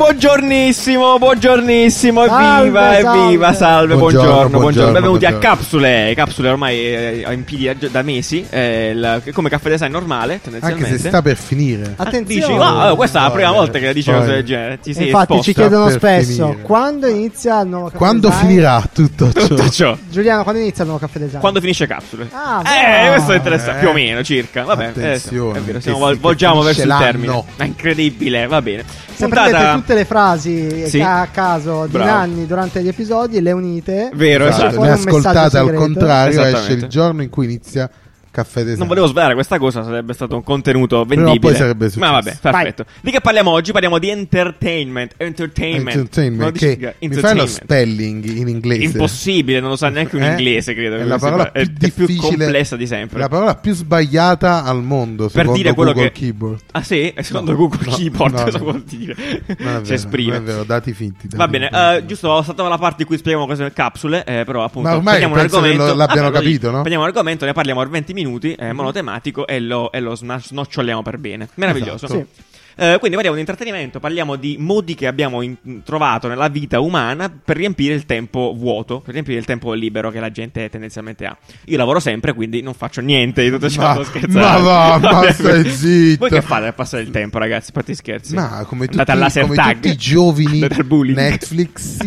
buongiornissimo, Salve, evviva, salve, buongiorno. Benvenuti a buongiorno. Capsule ormai in piedi da mesi, come Caffè Design normale, tendenzialmente. Anche se sta per finire. Attenzione. Questa è la prima volta che la dice una cosa del genere. Ti sei Infatti esposta. ci chiedono per spesso finire. quando inizia il nuovo Caffè Quando Design. finirà tutto Tutto ciò? ciò. Giuliano, quando inizia il nuovo Caffè Design? Quando finisce Capsule. Questo Questo è interessante, più o meno, circa. Vabbè, Attenzione, è vero, che volgiamo finisce verso il l'anno. termine. È incredibile, va bene. Se prendete tutte le frasi Sì. a caso di Bravo. Nanni durante gli episodi, le unite. Vero, esatto. fuori Ne un messaggio ascoltate al segreto. contrario, esce Esattamente. il giorno in cui inizia Caffè Design. Non volevo svelare questa cosa, sarebbe stato un contenuto Prima o vendibile. poi sarebbe successo. Ma vabbè, perfetto. Di che parliamo oggi? Parliamo di entertainment. Entertainment, Non che dici- mi fai lo entertainment. spelling in inglese? Impossibile, non lo sa neanche un inglese, credo. È la parola È più difficile, complessa di sempre. la parola più sbagliata al mondo Per secondo dire quello Google che Keyboard. Ah sì? Secondo No, Google no, Keyboard no, cosa no. vuol dire? Non è Si vero, esprime. non è vero, dati finti. Va bene, giusto, ho saltato la parte in cui spieghiamo cosa sono capsule, però appunto Ma ormai prendiamo un penso che argomento. l'abbiamo Vabbè, capito, no? Prendiamo un argomento, ne parliamo per 20 minuti, monotematico, e lo snoccioliamo per bene. Meraviglioso. Esatto. Sì. Quindi parliamo di intrattenimento, parliamo di modi che abbiamo trovato nella vita umana per riempire il tempo vuoto, per riempire il tempo libero che la gente tendenzialmente ha. Io lavoro sempre, quindi non faccio niente di tutto ciò, Ma- sto scherzando. ma va, ma Vabbè, stai zitto. Voi che fate per passare il tempo, ragazzi? Fate scherzi. Ma come Andate al laser come tag. tutti i giovani, Andate al bullying. Netflix,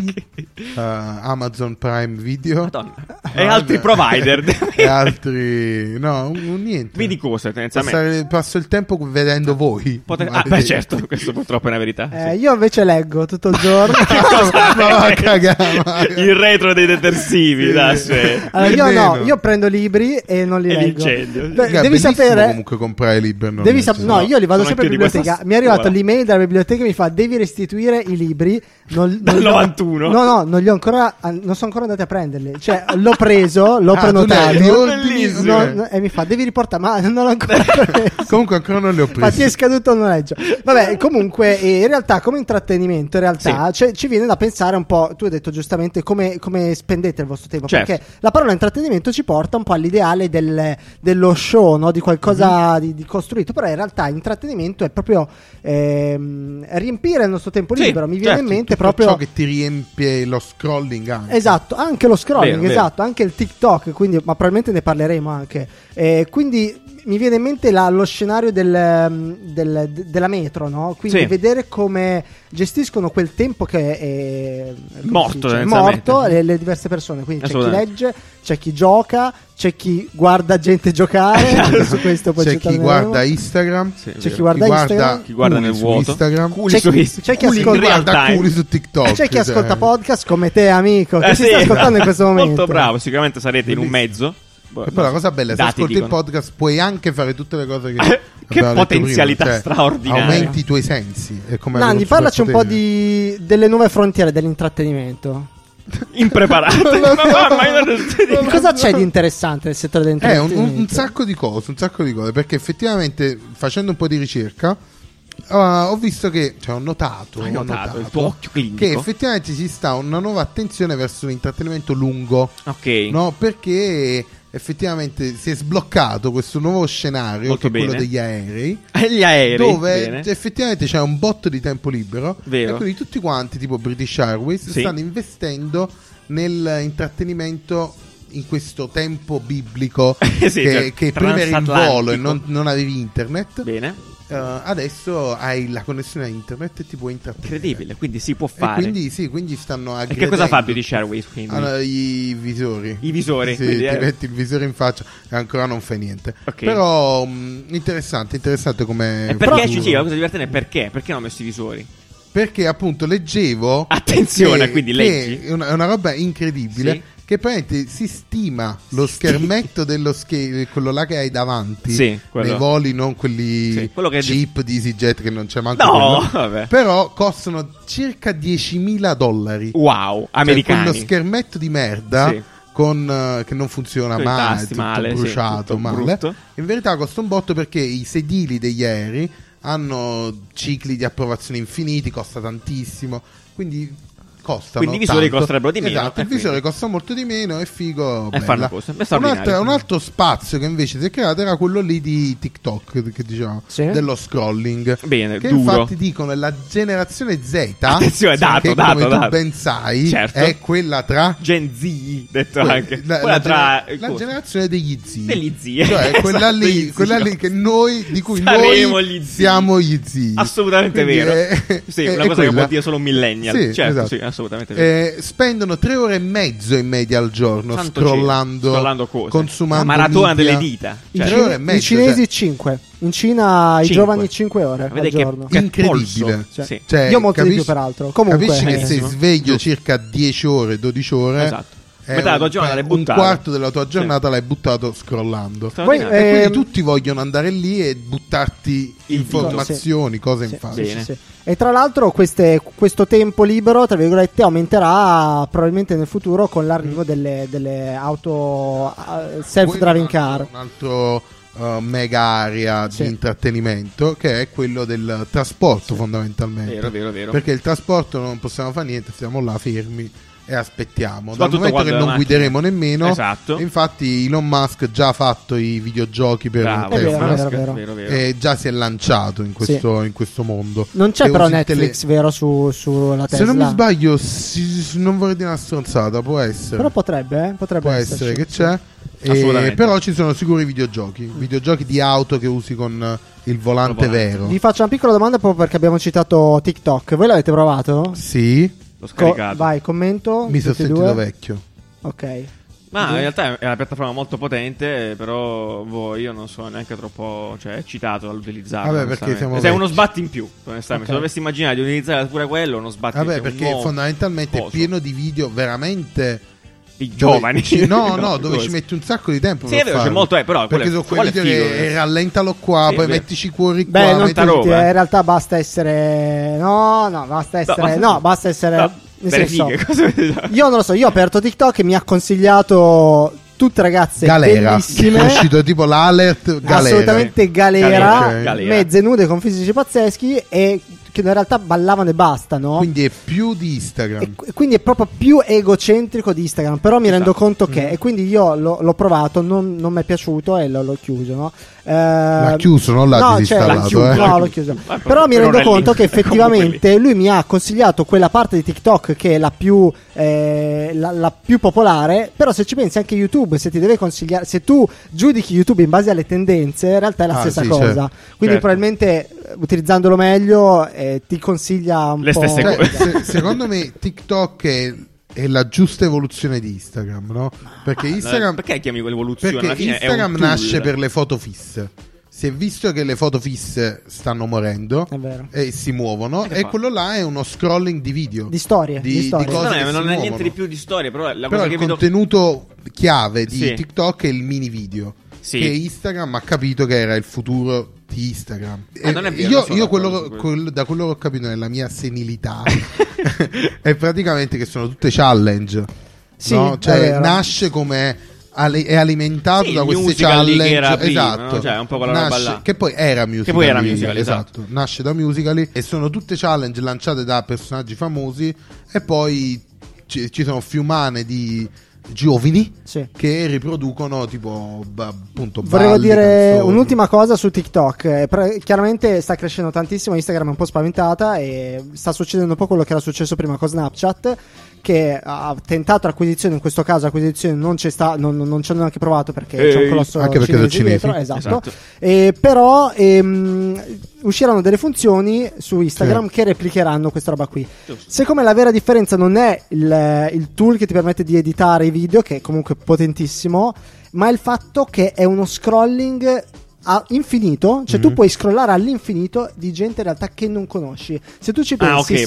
Amazon Prime Video, Madonna. E altri provider. e altri niente. Vedi cose, tendenzialmente. Passo il tempo vedendo voi. Beh, certo, questo purtroppo è una verità. Sì. Io invece leggo tutto il giorno. Ma va a cagare. Il retro dei detersivi, Sì. dai, sì. Allora, Nemmeno. io prendo libri e non li E leggo. l'incendio. Beh, Raga, devi bellissimo sapere. comunque comprare libri e non Devi leggere. no, io li vado sono sempre in anch'io di biblioteca. questa Mi è arrivata scuola. l'email dalla biblioteca e mi fa: devi restituire i libri. Non Dal li ho- 91? No, non sono ancora andati a prenderli. Cioè, l'ho preso, l'ho Ah, tu li hai prenotato. riordini? E mi fa: devi riportare. Ma non l'ho ancora preso. Comunque ancora non li ho Ma ti è presi. scaduto il noleggio. Vabbè, comunque, in realtà, come intrattenimento, in realtà ci viene da pensare un po'. Tu hai detto giustamente come spendete il vostro tempo. Certo. Perché la parola intrattenimento ci porta un po' all'ideale dello show, no? Di qualcosa di costruito. Però in realtà intrattenimento è proprio riempire il nostro tempo Sì, libero. Mi viene certo, in mente Tutto proprio. ciò che ti riempie lo scrolling anche. Esatto, anche lo scrolling, Vero, vero. esatto, anche il TikTok, quindi, ma probabilmente ne parleremo anche. Quindi mi viene in mente lo scenario della metro, no? Quindi Sì. vedere come gestiscono quel tempo che è Morto, è tendenzialmente. morto le diverse persone. Quindi c'è chi Assolutamente. legge, c'è chi gioca, c'è chi guarda gente giocare. Su questo poi C'è ci chi torneremo. guarda Instagram, Sì, C'è vero. chi guarda Instagram. Chi guarda culi nel su vuoto. Instagram, Culi C'è su chi- Instagram. c'è chi Culi in ascolta- real guarda time. culi su TikTok. C'è chi cioè. ascolta podcast come te, amico, che si Sì, sta ascoltando in questo momento. Molto bravo, sicuramente sarete in un mezzo. E poi la cosa bella è se Dati ascolti il dicono. podcast puoi anche fare tutte le cose che Che abbiamo detto potenzialità prima, cioè, straordinaria. aumenti i tuoi sensi. È come avere Nanni, un parlaci un po' superpotere. delle nuove frontiere dell'intrattenimento. Impreparati. Cosa c'è di interessante nel settore Un dell'intrattenimento? sacco di cose, perché effettivamente facendo un po' di ricerca ho visto che, cioè ho notato Hai notato il tuo occhio clinico? che effettivamente ci sta una nuova attenzione verso l'intrattenimento lungo, Ok. no? Perché effettivamente si è sbloccato questo nuovo scenario, Molto che è quello bene. degli aerei, Gli aerei. dove bene. effettivamente c'è un botto di tempo libero. Vero. E quindi tutti quanti, tipo British Airways, Sì. stanno investendo nell'intrattenimento in questo tempo biblico Sì, cioè, che prima eri in volo e transatlantico. non avevi internet. Bene. Adesso hai la connessione a internet e ti puoi intrattenere. Incredibile, quindi si può E fare. quindi stanno E aggredendo. che cosa fa British Airways quindi? Allora, i visori. I visori, Sì, quindi, ti metti il visore in faccia e ancora non fai niente. Ok. Però interessante come E perché futuro. la cosa divertente è perché? Perché non ho messo i visori? Perché appunto leggevo Attenzione, quindi leggi. è una roba incredibile, Sì. che praticamente si stima lo schermetto dello quello là che hai davanti, Sì, quello. nei voli, non quelli Sì, quello che è cheap di EasyJet, che non c'è manco No, quello. vabbè. Però costano circa $10.000. Wow, Cioè, americani. quello schermetto di merda Sì. che non funziona Con i mai, tasti tutto male, sì, bruciato, tutto male. brutto. In verità costa un botto, perché i sedili degli aerei hanno cicli di approvazione infiniti, costa tantissimo. Quindi costano quindi i visori tanto. costerebbero di meno. Esatto, il visore costa molto di meno, è figo, E fanno cose. un altro spazio che invece si è creato era quello lì di TikTok, che dicevamo, dello scrolling. Bene, che duro. infatti dicono la generazione Z, attenzione, che come tu ben sai, certo, è quella tra Gen Z, detto anche la tra generazione degli zii, degli zii, cioè quella lì che noi, di cui noi gli zii. siamo gli zii, assolutamente. Quindi vero, sì, una cosa che può dire solo un millennial, sì, certo, esatto. sì, assolutamente vero. Spendono 3 ore e mezzo in media al giorno scrollando cose, consumando la maratona media. delle dita, cioè, 3 ore e mezzo, i cinesi 5, in Cina 5. i giovani 5 ore al giorno. Che incredibile, sì. Cioè, io molto di più peraltro. Comunque capisci che sei sveglio circa 10 ore, 12 ore, esatto. Metà della tua giornata l'hai buttata. Un quarto della tua giornata l'hai buttato scrollando. Poi, e quindi tutti vogliono andare lì e buttarti informazioni, cose in faccia. Sì. E tra l'altro questo tempo libero, tra virgolette, aumenterà probabilmente nel futuro con l'arrivo delle auto self-driving car. Un altro mega area di intrattenimento, che è quello del trasporto, fondamentalmente. Vero. Perché il trasporto non possiamo fare niente, stiamo là fermi e aspettiamo. Dal momento che non guideremo nemmeno, esatto. Infatti Elon Musk già ha fatto i videogiochi per Tesla, vero. e già si è lanciato in questo mondo. Non c'è però Netflix, vero, sulla Tesla? Se non mi sbaglio, non vorrei dire una stronzata, può essere. Però potrebbe essere che c'è. Però ci sono sicuri videogiochi di auto che usi con il volante vero. Vi faccio una piccola domanda proprio perché abbiamo citato TikTok. Voi l'avete provato? Sì. L'ho scaricato. Vai, commento. Mi sono sentito vecchio. Ok. Ma in realtà è una piattaforma molto potente, però io non sono neanche troppo eccitato dall'utilizzarla. Vabbè, perché siamo è uno sbatti in più, onestamente. Se dovessi immaginare di utilizzare pure quello, uno sbatti in più. Vabbè, perché fondamentalmente è pieno di video veramente i giovani. Dove ci metti un sacco di tempo. Sì, è vero, c'è molto, però perché sono quei video che rallentalo qua, sì, poi mettici cuori qua. Beh, non tutti, in realtà basta essere basta essere nel senso, io non lo so, io ho aperto TikTok e mi ha consigliato tutte ragazze bellissime. È uscito tipo l'alert galera. Assolutamente galera. Mezze nude con fisici pazzeschi e che in realtà ballavano e basta, no? Quindi è più di Instagram. E quindi è proprio più egocentrico di Instagram. Però mi rendo conto che, e quindi io l'ho provato, non mi è piaciuto e l'ho chiuso, no? L'ha chiuso, non l'ha disinstallato. No, l'ho chiuso. Però mi rendo conto che effettivamente lui mi ha consigliato quella parte di TikTok che è la più popolare. Però se ci pensi anche YouTube, se ti deve consigliare, se tu giudichi YouTube in base alle tendenze, in realtà è la stessa cosa. Certo. Quindi probabilmente utilizzandolo meglio ti consiglia un le po'. stesse cose. Secondo me TikTok è la giusta evoluzione di Instagram, no? Perché Instagram, perché chiami quell'evoluzione? Perché Instagram nasce per le foto fisse. Si è visto che le foto fisse stanno morendo e si muovono, e quello là è uno scrolling di video, di storie, di cose non è niente di più di storie, però il contenuto chiave di TikTok è il mini video. Sì. Che Instagram ha capito che era il futuro di Instagram. Non è vero, io da quello che ho capito nella mia senilità è praticamente che sono tutte challenge. Sì, no? Cioè nasce come è alimentato da queste challenge, prima, no? Cioè un po' quella roba là. Che poi era musical, esatto. Nasce da Musical.ly e sono tutte challenge lanciate da personaggi famosi, e poi ci sono fiumane di giovani che riproducono tipo appunto volevo dire canzoni. Un'ultima cosa su TikTok, chiaramente sta crescendo tantissimo, Instagram è un po' spaventata e sta succedendo un po' quello che era successo prima con Snapchat, che ha tentato l'acquisizione, in questo caso l'acquisizione non ci hanno neanche provato perché c'è un colosso anche perché sono cinesi dietro, esatto. Però usciranno delle funzioni su Instagram che replicheranno questa roba qui. Secondo me la vera differenza non è il tool che ti permette di editare i video, che è comunque potentissimo, ma è il fatto che è uno scrolling a infinito, cioè tu puoi scrollare all'infinito di gente in realtà che non conosci. Se tu ci pensi,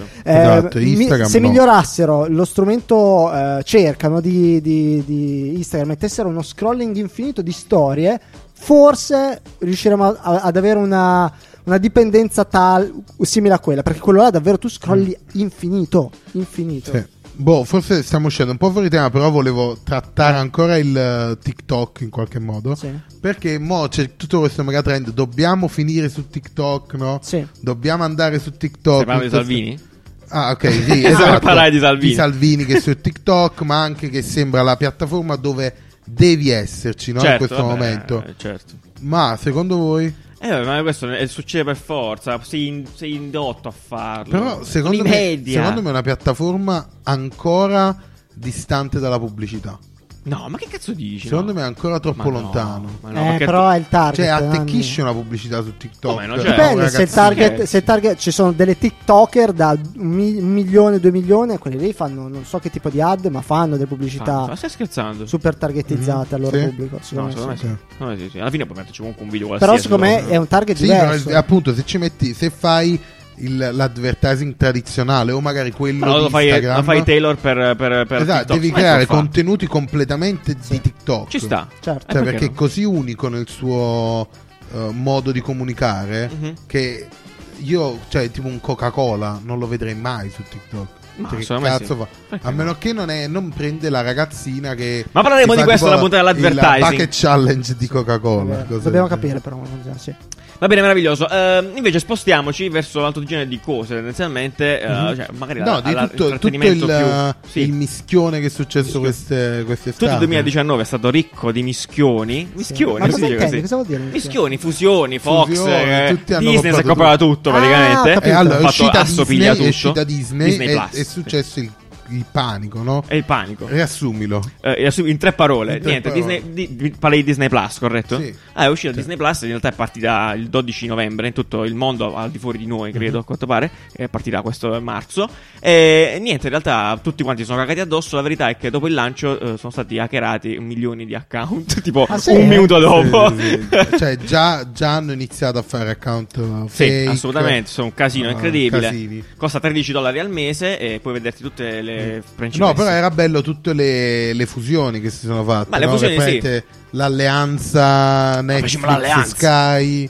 se migliorassero lo strumento cercano di Instagram, mettessero uno scrolling infinito di storie, forse riusciremo ad avere una dipendenza simile a quella, perché quello là davvero tu scrolli infinito. Sì. Forse stiamo uscendo un po' fuori tema, però volevo trattare ancora il TikTok in qualche modo, perché mo c'è tutto questo mega trend, dobbiamo finire su TikTok, no? Dobbiamo andare su TikTok. Stai parlando di Salvini? Ah, ok, sì, esatto. parlare di Salvini. Di Salvini che è su TikTok, ma anche che sembra la piattaforma dove devi esserci, no? Certo, in questo vabbè, momento. Certo. Ma secondo voi? Ma questo succede per forza, sei indotto a farlo. Però secondo me è una piattaforma ancora distante dalla pubblicità. No, ma che cazzo dici? Secondo me è ancora troppo lontano. Però è il target. Cioè, attecchisce una pubblicità su TikTok. Come, no, dipende se il target, ci sono delle TikToker da 1 milione, 2 milioni, e quelli lì fanno non so che tipo di ad, ma fanno delle pubblicità. Ma stai scherzando? Super targetizzate al loro pubblico. Secondo me sì. Alla fine puoi metterci comunque un video però secondo me è un target diverso. Però, appunto, se fai l'advertising tradizionale o magari quello di Instagram, lo fai Taylor per esatto, TikTok. devi creare contenuti completamente di TikTok. Ci sta, certo. Cioè, perché è così unico nel suo modo di comunicare che io, cioè, tipo un Coca-Cola non lo vedrei mai su TikTok. Che cazzo fa? A meno che non prende la ragazzina che. Ma parleremo di questo alla puntata dell'advertising. Il bucket challenge di Coca-Cola. Dobbiamo capire, però. Sì. Va bene, meraviglioso. Invece spostiamoci verso l'altro genere di cose, tendenzialmente. Cioè, magari di tutto il mischione che è successo quest'estate. Tutto il 2019 è stato ricco di mischioni. Mischioni, ma cosa vuol dire? Mischioni, fusioni, Fox, tutti hanno Disney si è comprato tutto praticamente. E allora è uscita Disney Disney è successo il panico, no? È il panico. Riassumilo. In 3 parole. Disney, parli di Disney Plus, corretto? Sì. È uscito Disney Plus, in realtà è partita il 12 novembre in tutto il mondo, al di fuori di noi, credo, a quanto pare. Partirà questo marzo. E niente, in realtà tutti quanti sono cagati addosso. La verità è che dopo il lancio sono stati hackerati milioni di account, tipo un minuto dopo. Sì. Cioè già hanno iniziato a fare account fake. Sì, assolutamente, sono un casino incredibile. Casini. Costa $13 al mese e puoi vederti tutte le principesse. No, però era bello tutte le fusioni che si sono fatte. Ma le fusioni sì. L'alleanza Netflix, Sky,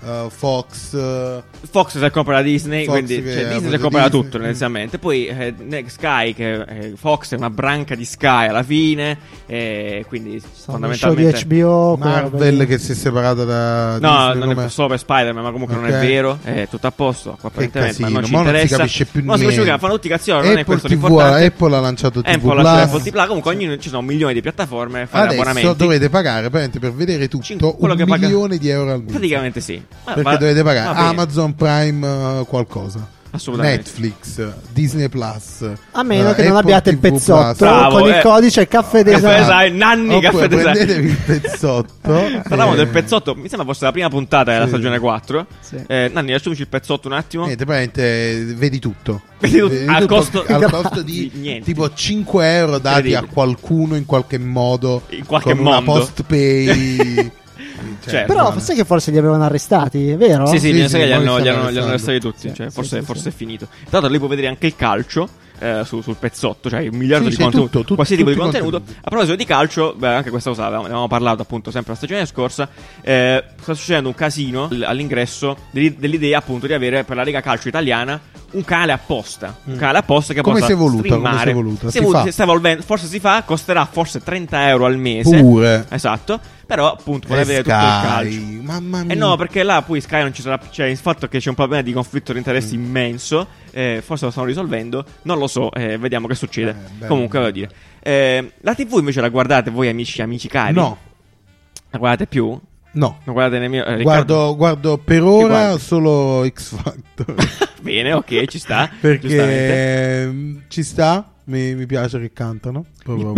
Fox si compra da Disney, Fox, quindi Disney si compra da tutto tendenzialmente. Poi Sky, che Fox è una branca di Sky alla fine, quindi fondamentalmente show di HBO, Marvel che si è separata da Disney. Non è solo per Spider-Man, ma comunque non è vero, è tutto a posto apparentemente, ma non ci interessa. Non si capisce più niente. Fanno tutti i cazzoni, non è questo l'importante. Apple ha lanciato Apple TV+, comunque ci sono milioni di piattaforme, fare abbonamenti. Adesso dovete pagare per vedere tutto $1 milione al mese. Praticamente sì. Perché dovete pagare Amazon Prime qualcosa, Netflix, Disney Plus, a meno che non abbiate il pezzotto con il codice Caffè Design. Nanni Caffè Design. Prendetevi il pezzotto. Parlavamo del pezzotto, mi sembra fosse la prima puntata della stagione 4. Nanni, lasciamoci il pezzotto un attimo. Niente, praticamente vedi tutto. Al costo di niente. Tipo €5 dati a qualcuno in qualche modo, con una post pay. Però sai che forse li avevano arrestati, è vero? Sì, li hanno arrestati tutti. Forse è finito. Tra l'altro lì puoi vedere anche il calcio sul pezzotto, cioè 1 miliardo di contenuto, qualsiasi tipo di contenuto. A proposito di calcio, anche questa cosa ne avevamo parlato appunto sempre la stagione scorsa. Sta succedendo un casino all'ingresso dell'idea appunto di avere per la Lega Calcio Italiana un canale apposta. Un canale apposta che come possa streamare. Si sta evolvendo, forse si fa, costerà forse €30 al mese. Pure. Esatto. Però appunto puoi avere tutto il calcio. Mamma mia. No, perché là poi Sky non ci sarà. Cioè, il fatto che c'è un problema di conflitto di interessi immenso. Forse lo stanno risolvendo. Non lo so. Vediamo che succede. Comunque, voglio dire. La TV invece la guardate voi, amici cari? No. La guardate più? No. Non guardate nemmeno. Guardo per ora solo X Factor. Bene, ok, ci sta. Perché ci sta. Mi piace che cantano. Proprio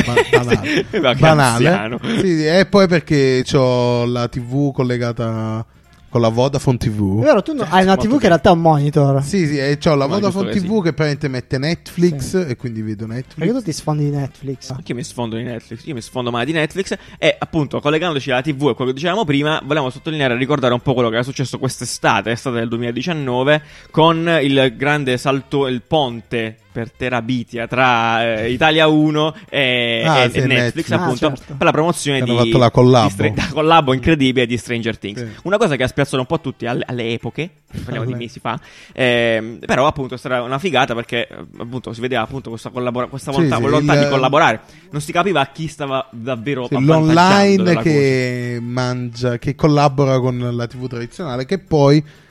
banale. Sì, e poi perché ho la TV collegata con la Vodafone TV. È vero, tu hai una TV che in realtà è un monitor. Sì, e c'ho la Vodafone TV che praticamente mette Netflix e quindi vedo Netflix. Perché tu ti sfondi di Netflix? Anche io mi sfondo di Netflix. Io mi sfondo mai di Netflix. E appunto, collegandoci alla TV e quello che dicevamo prima, volevamo sottolineare e ricordare un po' quello che era successo quest'estate, estate del 2019, con il grande salto, il ponte per Terabitia tra Italia 1 e Netflix, appunto, per la promozione hanno fatto la collabo incredibile di Stranger Things. Sì. Una cosa che ha spiazzato un po' tutti alle epoche, parliamo di mesi fa, però appunto sarà una figata perché appunto si vedeva appunto questa volontà di collaborare. Non si capiva a chi stava davvero l'online che collabora con la TV tradizionale, che poi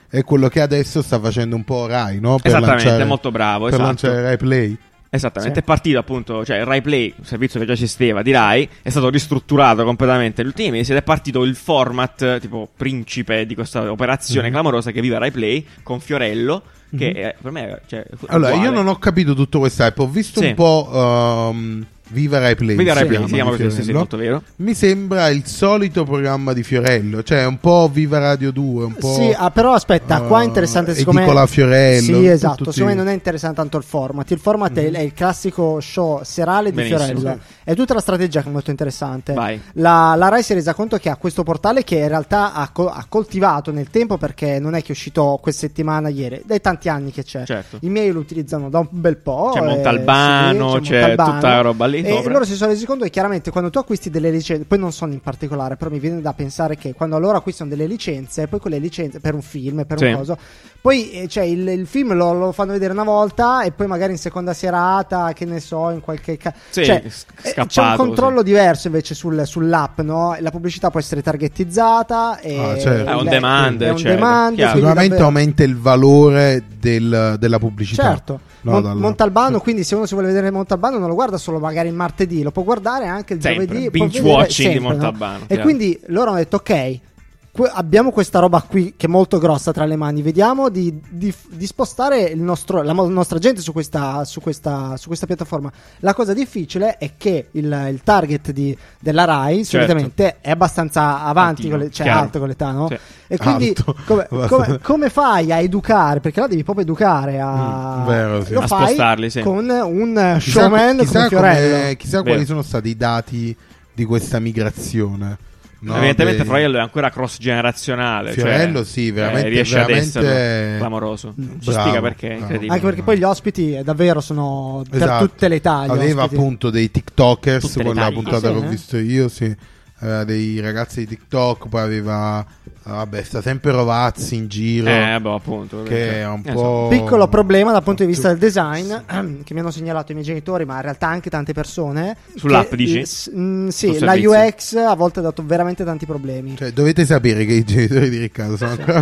è quello che adesso sta facendo un po' Rai, no? Per Esattamente, è molto bravo. Per esatto. lanciare Rai Play. Esattamente, è partito appunto, cioè il Rai Play, un servizio che già esisteva di Rai, è stato ristrutturato completamente negli ultimi mesi ed è partito il format tipo principe di questa operazione clamorosa che vive Rai Play con Fiorello, che per me allora, uguale. io non ho capito tutto questo hype, ho visto un po' Viva Rai Play. Viva Rai Play, si chiama così, sì, molto vero. Mi sembra il solito programma di Fiorello, cioè un po' Viva Radio 2, un po'. Sì, però aspetta, qua è interessante secondo me. Edicola Fiorello. Sì, esatto, secondo me non è interessante tanto il format. Il format è il classico show serale di Fiorello. È tutta la strategia che è molto interessante. Vai. La Rai si è resa conto che ha questo portale che in realtà ha coltivato nel tempo, perché non è che è uscito questa settimana ieri, dai tanti anni che c'è. Certo. I miei lo utilizzano da un bel po'. C'è Montalbano, sì, c'è Montalbano. tutta la roba lì. E loro si sono resi conto che chiaramente quando tu acquisti delle licenze, poi non sono in particolare, però mi viene da pensare che quando loro acquistano delle licenze, poi quelle licenze per un film, per un coso, poi cioè il film lo fanno vedere una volta e poi magari in seconda serata, che ne so, in qualche cioè, scappato, c'è un controllo diverso invece sull'app, no? La pubblicità può essere targetizzata e certo. È un demand, è un demand, sicuramente davvero aumenta il valore della pubblicità. Certo. Montalbano, quindi se uno si vuole vedere Montalbano non lo guarda solo magari il martedì, lo può guardare anche il giovedì, binge watching di Montalbano, no? E quindi loro hanno detto ok, abbiamo questa roba qui che è molto grossa tra le mani, vediamo di spostare la nostra gente su questa piattaforma. La cosa difficile è che il target della Rai solitamente è abbastanza avanti, alto con l'età, no? E quindi come fai a educare? Perché là devi proprio educare vero, sì. Lo a fai spostarli, sì. con un showman come Fiorello. Chissà quali sono stati i dati di questa migrazione. No, evidentemente Fiorello è ancora cross generazionale. Fiorello sì, veramente riesce veramente ad essere clamoroso. Ci spiega perché è incredibile. Anche perché poi gli ospiti davvero sono per tutte le età. Aveva appunto dei TikTokers, tutte quella puntata che ho sì, visto io, sì. Dei ragazzi di TikTok, poi aveva sta sempre Rovazzi in giro, appunto, che è un po' piccolo problema dal punto di vista del design che mi hanno segnalato i miei genitori, ma in realtà anche tante persone sull'app dici? Sì, la UX a volte ha dato veramente tanti problemi. Cioè, dovete sapere che i genitori di Riccardo sono ancora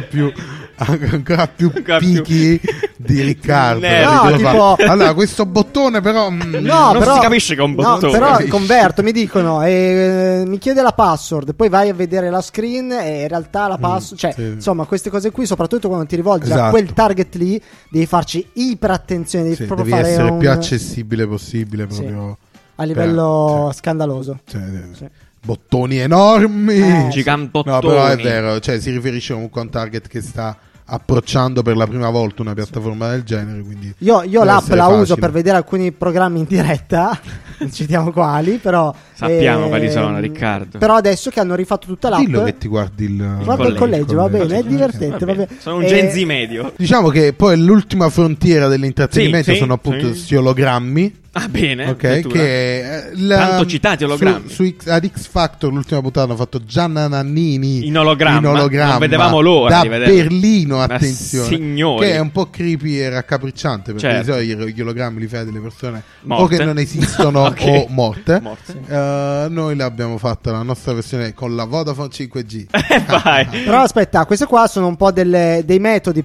più picky di Riccardo. Allora, questo bottone però non si capisce che è un bottone. Però converto, mi dicono mi chiede la password, poi vai a vedere la screen e in realtà la password, cioè insomma queste cose qui, soprattutto quando ti rivolgi a quel target lì, devi farci iper attenzione, devi proprio devi fare essere più accessibile possibile proprio a livello scandaloso. Bottoni enormi, gigantottoni. No, però è vero, cioè si riferisce comunque a un target che sta approcciando per la prima volta una piattaforma del genere, quindi io l'app la uso per vedere alcuni programmi in diretta non citiamo quali, però sappiamo quali sono, Riccardo. Però adesso che hanno rifatto tutta l'app, dillo che ti guardi il collegio, va bene, è divertente, va bene. Sono un Gen Z medio. Diciamo che poi l'ultima frontiera dell'intrattenimento sono appunto questi ologrammi. Ah, bene. Ok, che tanto citati ologrammi. Ad X Factor l'ultima puntata hanno fatto Gianna Nannini in ologramma. Non vedevamo l'ora da di vederlo. Berlino, attenzione. Signori. Che è un po' creepy e raccapricciante, perché di solito gli ologrammi li fai a delle persone morte, o che non esistono o morte. Sì. Noi l'abbiamo fatta la nostra versione con la Vodafone 5G. Vai. Però aspetta, queste qua sono un po' dei metodi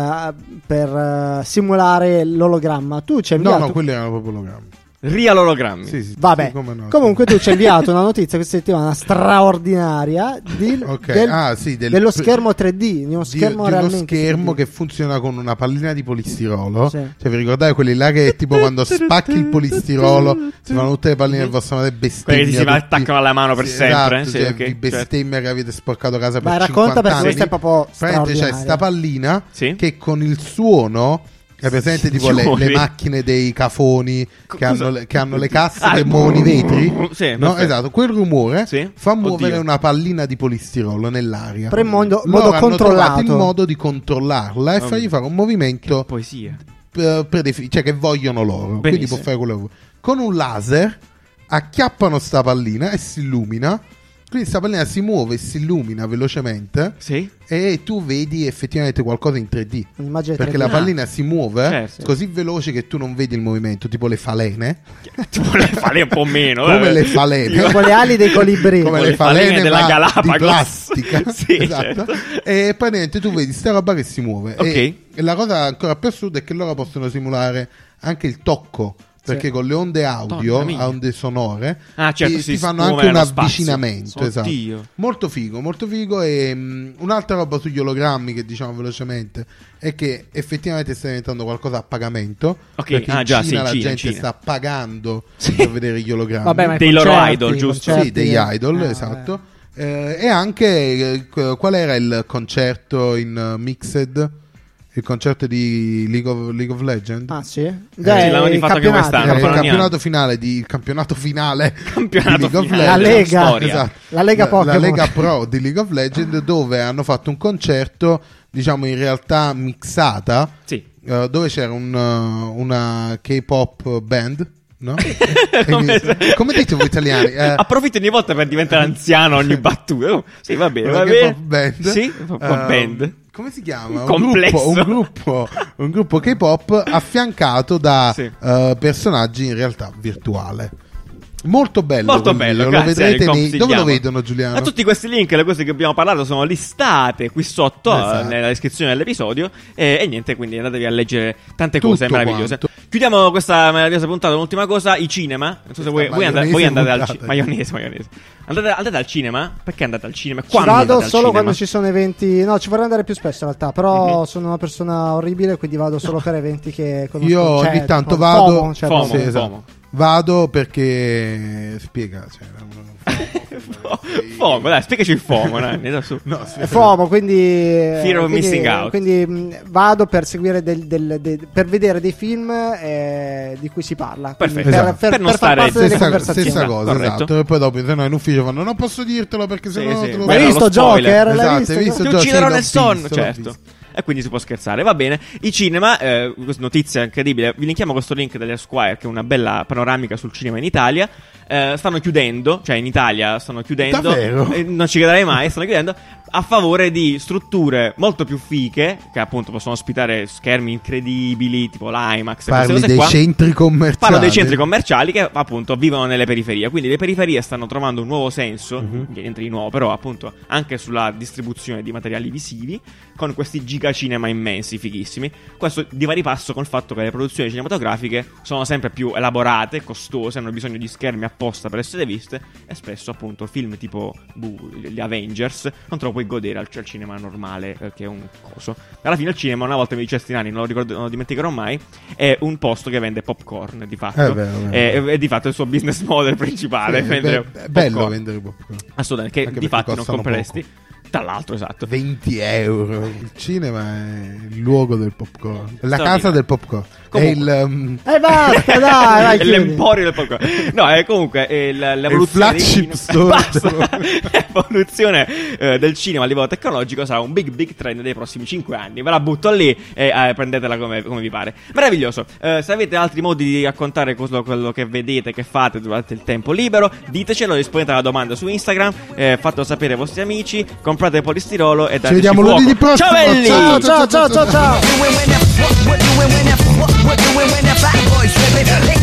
per simulare l'ologramma. Tu ci hai inviato? No, quelli erano proprio ologrammi. Real ologrammi. Sì, vabbè, comunque tu ci hai inviato una notizia questa settimana straordinaria dello schermo 3D, di uno schermo che funziona con una pallina di polistirolo. Cioè, vi ricordate quelli là che tipo quando spacchi il polistirolo si fanno tutte le palline del vostro male bestemmia, quelli si attaccano alla mano per sempre. Esatto, okay, bestemmia che avete sporcato casa per 50 racconta, perché anni. questa è proprio straordinaria. C'è sta pallina che con il suono, è presente tipo le macchine dei cafoni che hanno le casse che muovono i vetri? Sì, no? Esatto, quel rumore fa muovere Oddio. una pallina di polistirolo nell'aria. Però in modo hanno controllato. trovato il modo di controllarla e fargli fare un movimento poesia. Cioè che vogliono loro. Quindi può fare quello che vuole. Con un laser acchiappano sta pallina e si illumina. Quindi sta pallina si muove e si illumina velocemente. Sì. E tu vedi effettivamente qualcosa in 3D. Un'immagine perché 3D. la pallina si muove certo. così veloce che tu non vedi il movimento, tipo le falene. Tipo le falene un po' meno. Come le falene. Come le ali dei colibri. Come le falene della Galapagos. Di plastica. Sì, esatto. certo. E poi niente, tu vedi sta roba che si muove. Ok. E la cosa ancora più assurda è che loro possono simulare anche il tocco. Perché con le onde audio, onde sonore, certo, ti fanno anche un avvicinamento. Esatto. Molto figo. E un'altra roba sugli ologrammi che diciamo velocemente è che effettivamente sta diventando qualcosa a pagamento. Perché in Cina la gente sta pagando per vedere gli ologrammi. Vabbè, ma dei loro idol, giusto? Sì, degli idol, esatto. E anche qual era il concerto in Mixed? Il concerto di League of Legends. Ah, sì? L'hanno rifatto anche quest'anno. Il campionato finale di League of Legends. La Lega. Esatto. La Lega Pokémon. La Lega Pro di League of Legends, dove hanno fatto un concerto, diciamo in realtà mixata. Sì. Dove c'era una K-pop band. No? Come dite voi italiani? Approfitto ogni volta per diventare anziano ogni battuta. Sì, va bene. K-pop band. Sì, band. Come si chiama? Un gruppo K-pop affiancato da personaggi in realtà virtuale. Molto bello. Molto bello. Lo vedrete dove lo vedono, Giuliano? Ma tutti questi link, le cose che abbiamo parlato sono listate qui sotto nella descrizione dell'episodio. E niente, quindi andatevi a leggere tante cose meravigliose. Quanto. Chiudiamo questa meravigliosa puntata. Un'ultima cosa, i cinema. Non so se voi andate al cinema. Maionese. Andate al cinema? Perché andate al cinema? Quando vado solo quando ci sono eventi. No, ci vorrei andare più spesso in realtà. Però sono una persona orribile, quindi vado solo per eventi che conosco. Io ogni tanto vado. FOMO. Vado perché spiega. FOMO, dai, spiegaci il FOMO. È FOMO, quindi Fear of missing out. Quindi vado per seguire per vedere dei film di cui si parla. Perfetto. Per non far parte delle conversazioni. Stessa cosa, esatto. E poi dopo se no in ufficio fanno non posso dirtelo perché sennò te lo Hai visto Joker? Esatto, hai visto Ti Joker? uccidono nel sonno, certo. E quindi si può scherzare, va bene. I cinema, notizia incredibile, vi linkiamo questo link dell'Esquire, che è una bella panoramica sul cinema in Italia. Stanno chiudendo, cioè in Italia stanno chiudendo. Davvero? Non ci crederai mai, stanno chiudendo a favore di strutture molto più fiche, che appunto possono ospitare schermi incredibili, tipo l'IMAX. Parli dei centri commerciali. Parlo dei centri commerciali che appunto vivono nelle periferie. Quindi le periferie stanno trovando un nuovo senso, niente di nuovo, però appunto anche sulla distribuzione di materiali visivi, con questi gigacinema immensi, fighissimi. Questo di vari passo con il fatto che le produzioni cinematografiche sono sempre più elaborate, costose, hanno bisogno di schermi apposta per essere viste, e spesso appunto film tipo gli Avengers non te lo puoi godere al cinema normale, che è un coso. Alla fine il cinema, una volta mi dicesti Nani, non lo dimenticherò mai, è un posto che vende popcorn, di fatto. È di fatto il suo business model principale. È bello vendere popcorn. Assolutamente, che anche di fatto non compreresti. Poco. Tra l'altro, esatto. 20 euro. Il cinema è il luogo del popcorn. La casa del popcorn. Comunque. È il. Basta, dai, è l'emporio del popcorn. No, è comunque l'evoluzione. Il flagship store. L'evoluzione del cinema a livello tecnologico sarà un big trend dei prossimi 5 anni. Ve la butto lì e prendetela come vi pare. Meraviglioso. Se avete altri modi di raccontare quello che vedete, che fate durante il tempo libero, ditecelo, rispondete alla domanda su Instagram, fatelo sapere ai vostri amici, comprate polistirolo e dateci vediamo fuoco. lunedì prossimo. Ciao belli! Ciao. We're doing when that fat boys tripping.